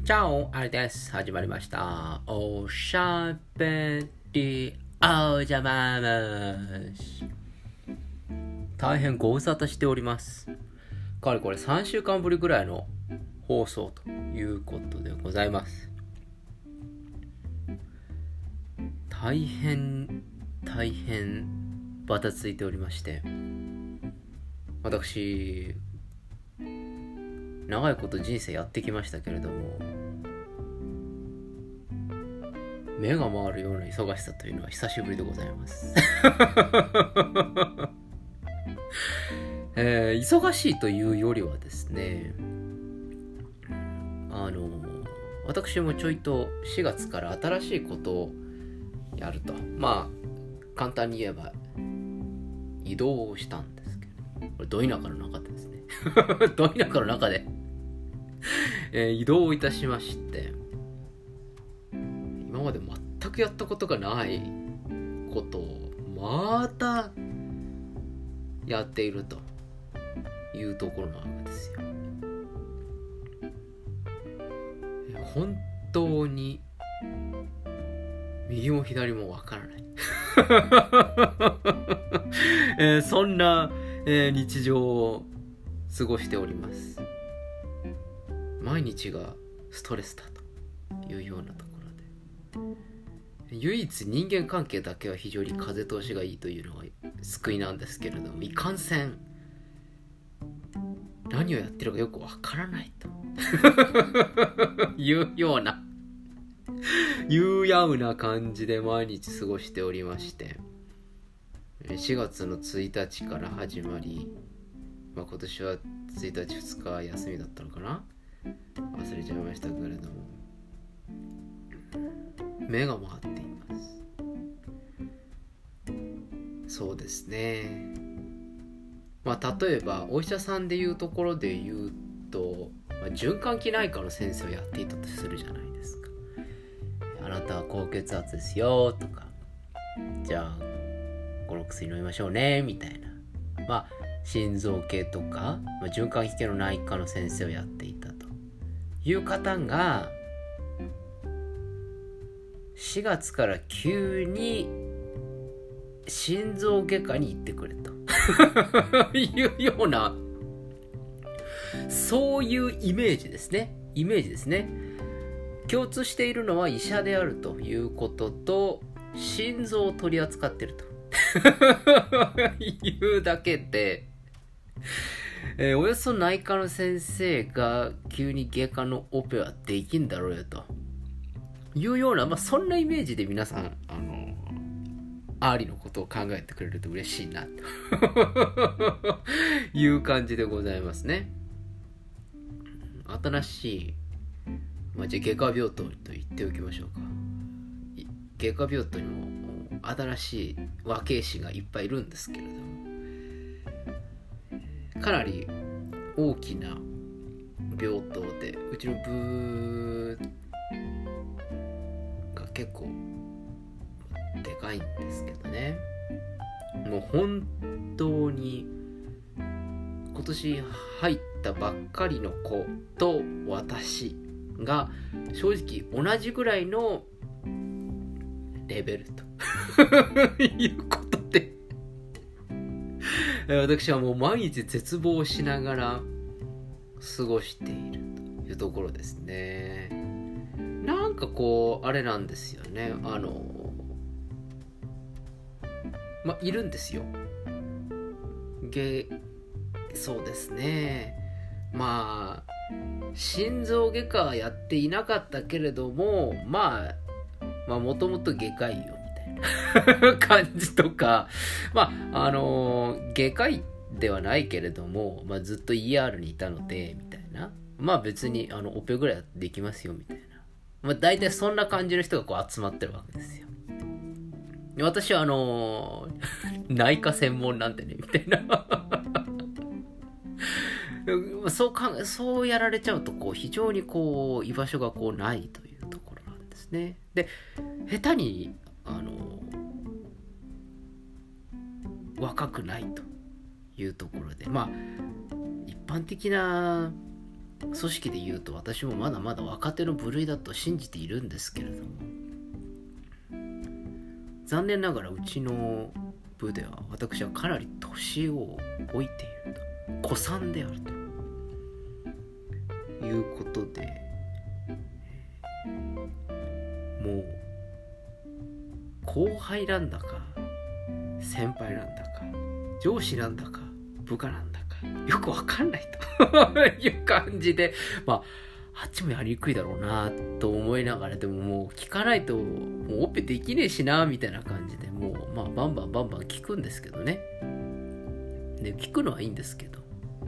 チャオ、あれです。始まりました。おしゃべりおじゃまし。大変ご無沙汰しております。かれこれ3週間ぶりぐらいの放送ということでございます。大変バタついておりまして、私長いこと人生やってきましたけれども、目が回るような忙しさというのは久しぶりでございます。忙しいというよりはですね、私もちょいと4月から新しいことをやると、簡単に言えば移動をしたんですけど、これど田舎の中でですねど田舎の中で移動をいたしまして、今まで全くやったことがないことをまたやっているというところなわけですよ。本当に右も左もわからないそんな、日常を過ごしております。毎日がストレスだというようなところで、唯一人間関係だけは非常に風通しがいいというのが救いなんですけれども、いかんせん何をやってるかよくわからないというようないうやうな感じで毎日過ごしておりまして、4月の1日から始まり、今年は1日2日休みだったのかな、忘れちゃいましたけれども、目が回っています。そうですね、例えばお医者さんでいうところで言うと、循環器内科の先生をやっていたとするじゃないですか。あなたは高血圧ですよとか、じゃあこの薬飲みましょうねみたいな、心臓系とか、循環器系の内科の先生をやっていたという方が、4月から急に心臓外科に行ってくれというような、そういうイメージですね。共通しているのは医者であるということと、心臓を取り扱っているというだけで、およそ内科の先生が急に外科のオペはできんだろうよというような、そんなイメージで皆さんアーリのことを考えてくれると嬉しいなという感じでございますね。新しい、じゃあ外科病棟と言っておきましょうか。外科病棟にも新しい和系師がいっぱいいるんですけれども、かなり大きな病棟で、うちの部が結構でかいんですけどね、もう本当に今年入ったばっかりの子と私が正直同じぐらいのレベルということで私はもう毎日絶望しながら過ごしているというところですね。なんかあれなんですよね、いるんですよ。そうですね、心臓外科はやっていなかったけれども、もともと外科医よみたいな感じとか、外科医ではないけれども、ずっと ER にいたのでみたいな、別にオペぐらいできますよみたいな、大体そんな感じの人が集まってるわけですよ。私は内科専門なんてねみたいなそうやられちゃうと非常に居場所がないというところなんですね。で、下手に若くないというところで、一般的な組織で言うと私もまだまだ若手の部類だと信じているんですけれども、残念ながらうちの部では私はかなり年を老いていると、古参であるということで、もう後輩なんだか先輩なんだか上司なんだか部下なんだかよくわかんないという感じで、あっちもやりにくいだろうなと思いながら、でももう聞かないともうオペできねえしなみたいな感じで、もうバンバン聞くんですけどね。で聞くのはいいんですけど、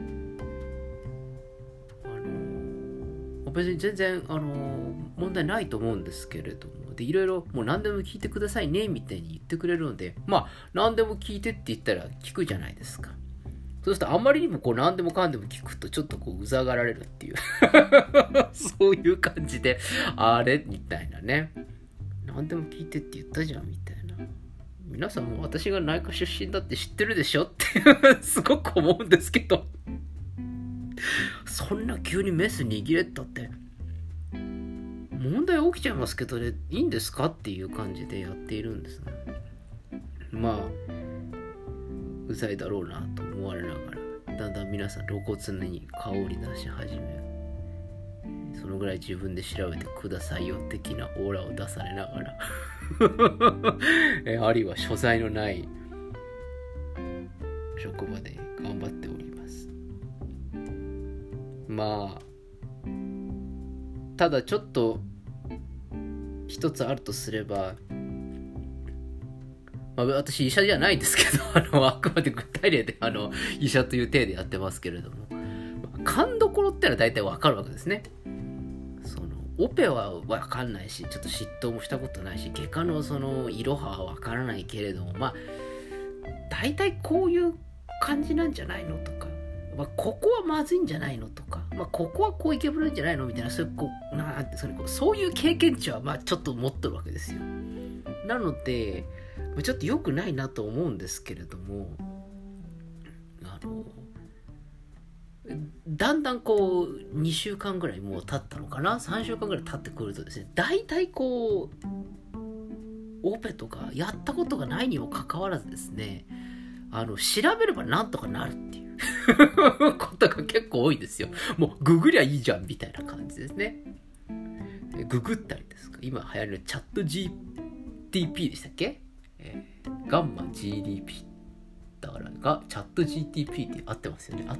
別に全然問題ないと思うんですけれども、でいろいろもう何でも聞いてくださいねみたいに言ってくれるので、何でも聞いてって言ったら聞くじゃないですか。そうするとあんまりにも何でもかんでも聞くとちょっとうざがられるっていうそういう感じで、あれみたいなね、何でも聞いてって言ったじゃんみたいな、皆さんも私が内科出身だって知ってるでしょってすごく思うんですけど、そんな急にメス握れったって問題起きちゃいますけどね、いいんですかっていう感じでやっているんですね。うざいだろうなと思われながら、だんだん皆さん露骨に香り出し始め、そのぐらい自分で調べてくださいよ的なオーラを出されながらあるいは所在のない職場で頑張っております。ただちょっと一つあるとすれば、私医者じゃないんですけど、あくまで具体例で医者という体でやってますけれども、勘どころってのは大体わかるわけですね。オペはわかんないし、ちょっと嫉妬もしたことないし、外科のいろははわからないけれども、大体こういう感じなんじゃないのとか、ここはまずいんじゃないのとか、ここはこういけぶるんじゃないのみたいな、そういう経験値はちょっと持ってるわけですよ。なのでちょっと良くないなと思うんですけれども、だんだん2週間ぐらいもう経ったのかな、3週間ぐらい経ってくるとですね、大体オペとかやったことがないにもかかわらずですね、調べればなんとかなるっていうことが結構多いですよ。もうググりゃいいじゃんみたいな感じですね。ググったりですか、今流行りのチャット GTP でしたっけ、ガンマ GDP だからがチャット GTP って合ってますよね。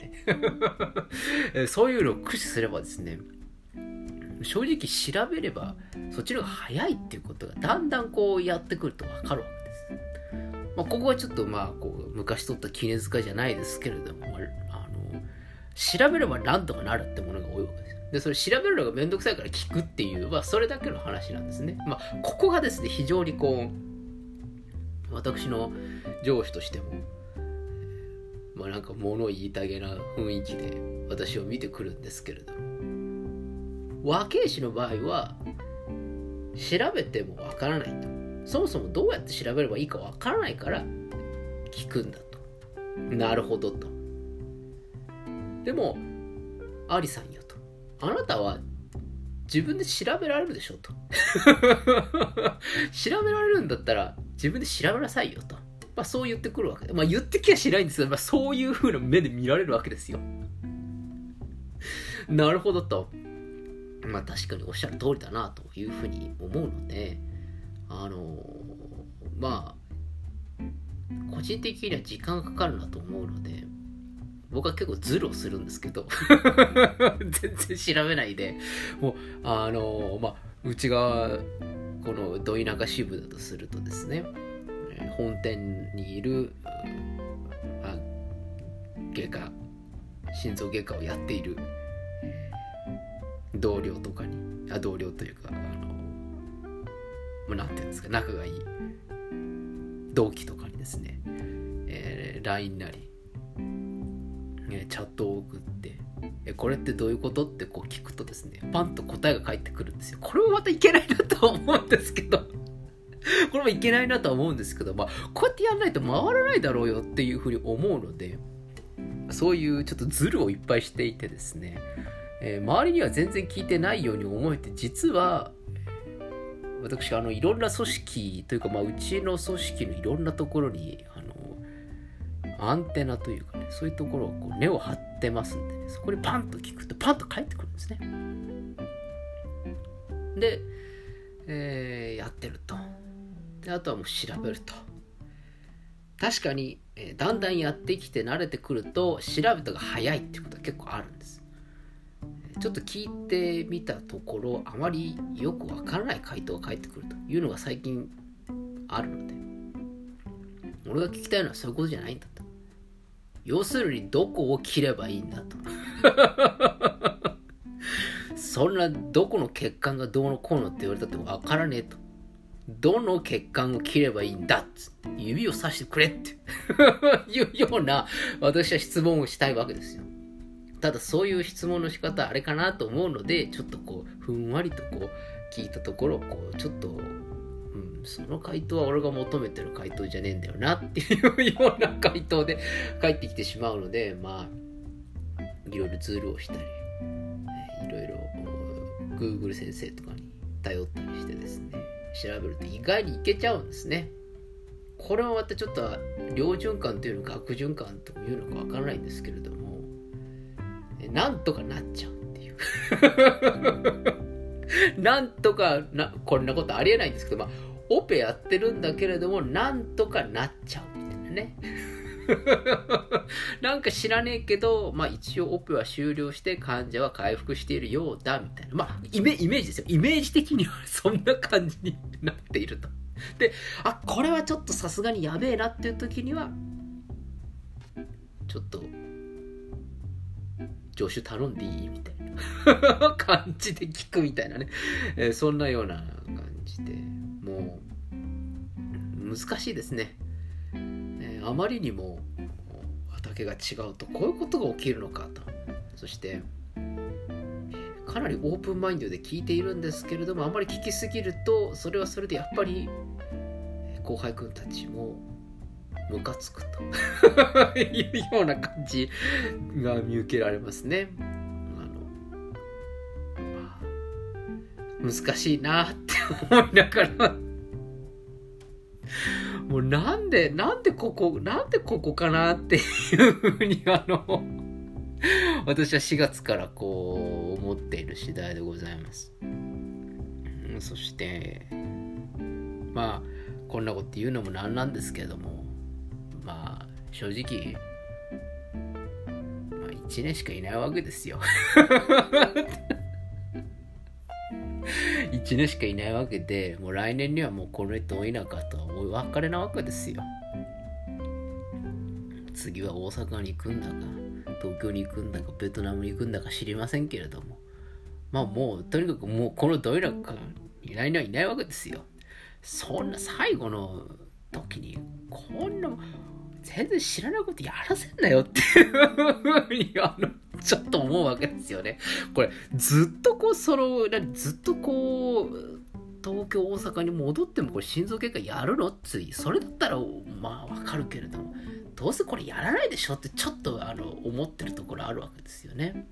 そういうのを駆使すればですね、正直調べればそっちの方が早いっていうことがだんだんやってくると分かるわけです。ここはちょっと昔取った絹塚じゃないですけれども、調べればなんとかなるってものが多いわけです。でそれ調べるのがめんどくさいから聞くっていう、それだけの話なんですね。ここがですね、非常に私の上司としてもなんか物言いたげな雰囲気で私を見てくるんですけれども、和慶師の場合は調べてもわからないと、そもそもどうやって調べればいいかわからないから聞くんだと。なるほどと。でもアリさんよと、あなたは自分で調べられるでしょと調べられるんだったら自分で調べなさいよと、そう言ってくるわけで、言ってきはしないんですけど、そういう風な目で見られるわけですよ。なるほどと、確かにおっしゃる通りだなというふうに思うので、個人的には時間がかかるなと思うので、僕は結構ズルをするんですけど全然調べないで、もううちがこのど田舎支部だとするとですね、本店にいる心臓外科をやっている同僚とかに、同僚というかなんていうんですか、仲がいい同期とかにですね、LINE なり、チャットを送ってこれってどういうことって聞くとですね、パンと答えが返ってくるんですよ。これもまたいけないなと思うんですけどこれもいけないなとは思うんですけど、こうやってやんないと回らないだろうよっていうふうに思うので、そういうちょっとズルをいっぱいしていてですね、 周りには全然聞いてないように思えて、実は私いろんな組織というか、うちの組織のいろんなところにアンテナというかね、そういうところをこう根を張ってますんでね、そこにパンと聞くとパンと返ってくるんですね。で、やってると。であとはもう調べると。確かに、だんだんやってきて慣れてくると調べたが早いっていうことは結構あるんです。ちょっと聞いてみたところ、あまりよくわからない回答が返ってくるというのが最近あるので、俺が聞きたいのはそういうことじゃないんだと。要するにどこを切ればいいんだと。そんなどこの血管がどうのこうのって言われたってわからねえと。どの血管を切ればいいんだっつって指をさしてくれっていうような私は質問をしたいわけですよ。ただそういう質問の仕方あれかなと思うので、ちょっとこうふんわりとこう聞いたところ、こうちょっと、その回答は俺が求めてる回答じゃねえんだよなっていうような回答で返ってきてしまうので、いろいろツールをしたり、いろいろ Google 先生とかに頼ったりしてですね、調べると意外にいけちゃうんですね。これはまたちょっと量循環というのか悪循環というのかわからないんですけれども、なんとかなっちゃうっていうなんとかこんなことありえないんですけど、オペやってるんだけれどもなんとかなっちゃうみたいなねなんか知らねえけど、一応オペは終了して患者は回復しているようだみたいな、イメージですよ。イメージ的にはそんな感じになっていると。で、これはちょっとさすがにやべえなっていう時にはちょっと助手頼んでいいみたいな感じで聞くみたいなね、そんなような感じで、もう難しいですね。あまりにも畑が違うとこういうことが起きるのかと。そしてかなりオープンマインドで聞いているんですけれども、あまり聞きすぎるとそれはそれでやっぱり後輩くんたちもムカつくというような感じが見受けられますね。難しいなって思いながらもうなんでここかなっていうふうに私は4月からこう思っている次第でございます。そしてこんなこと言うのもなんなんですけれども、正直1年しかいないわけですよ1年しかいないわけで、もう来年にはもうこの人多いなかとお別れなわけですよ。次は大阪に行くんだか東京に行くんだかベトナムに行くんだか知りませんけれども、もうとにかくもうこのどれかいないわけですよ。そんな最後の時にこんな全然知らないことやらせんなよっていうふうにちょっと思うわけですよね。これずっとずっと東京大阪に戻ってもこれ心臓外科やるのってそれだったらわかるけれども、どうせこれやらないでしょってちょっと思ってるところあるわけですよね。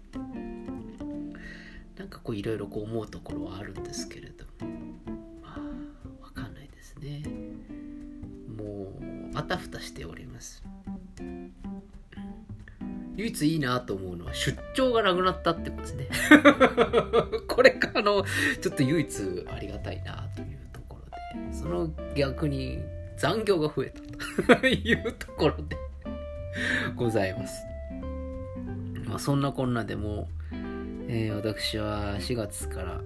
なんかいろいろ思うところはあるんですけれども、わかんないですね。もうあたふたしております。唯一いいなと思うのは出張がなくなったってことですねこれがちょっと唯一ありがたいなというところで、その逆に残業が増えたというところでございます。そんなこんなでも、私は4月から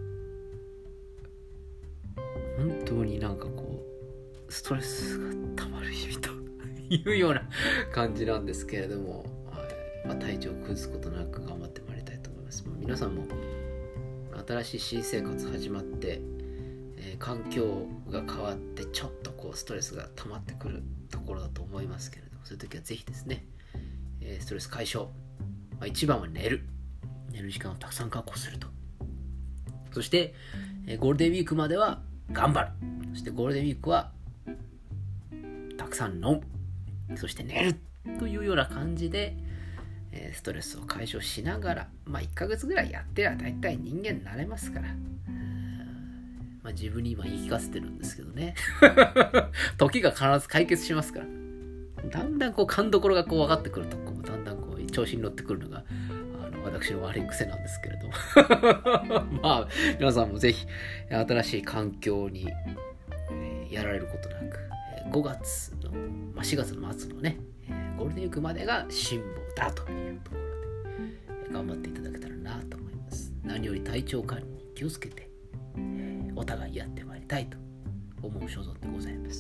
本当にストレスがたまる日々というような感じなんですけれども、体調を崩すことなく頑張ってまいりたいと思います。皆さんも新しい新生活始まって、環境が変わってちょっとストレスが溜まってくるところだと思いますけれども、そういう時はぜひですね、ストレス解消、一番は寝る時間をたくさん確保すると。そして、ゴールデンウィークまでは頑張る。そしてゴールデンウィークはたくさん飲む、そして寝るというような感じで、 ストレスを解消しながら、1ヶ月ぐらいやってりゃ大体人間になれますから。自分に今言い聞かせてるんですけどね。時が必ず解決しますから。だんだん勘どころが分かってくると、だんだん調子に乗ってくるのが、私の悪い癖なんですけれども。皆さんもぜひ、新しい環境に、やられることなく、5月の、4月の末のね、ゴールデンウィークまでが辛抱だというところで、頑張っていただけたらなと思います。何より体調管理に気をつけて、お互いやってまいりたいと思う所存でございます。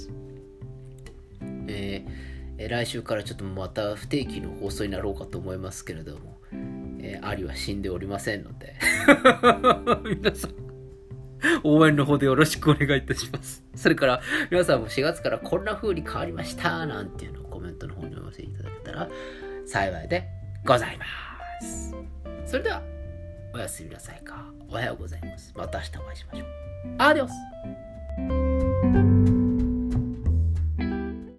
来週からちょっとまた不定期の放送になろうかと思いますけれども、アリは死んでおりませんので皆さん応援の方でよろしくお願いいたします。それから皆さんも4月からこんな風に変わりましたなんていうのをコメントの方にお寄せいただけたら幸いでございます。それではおやすみなさいか、おはようございます。また明日お会いしましょう。アディオス。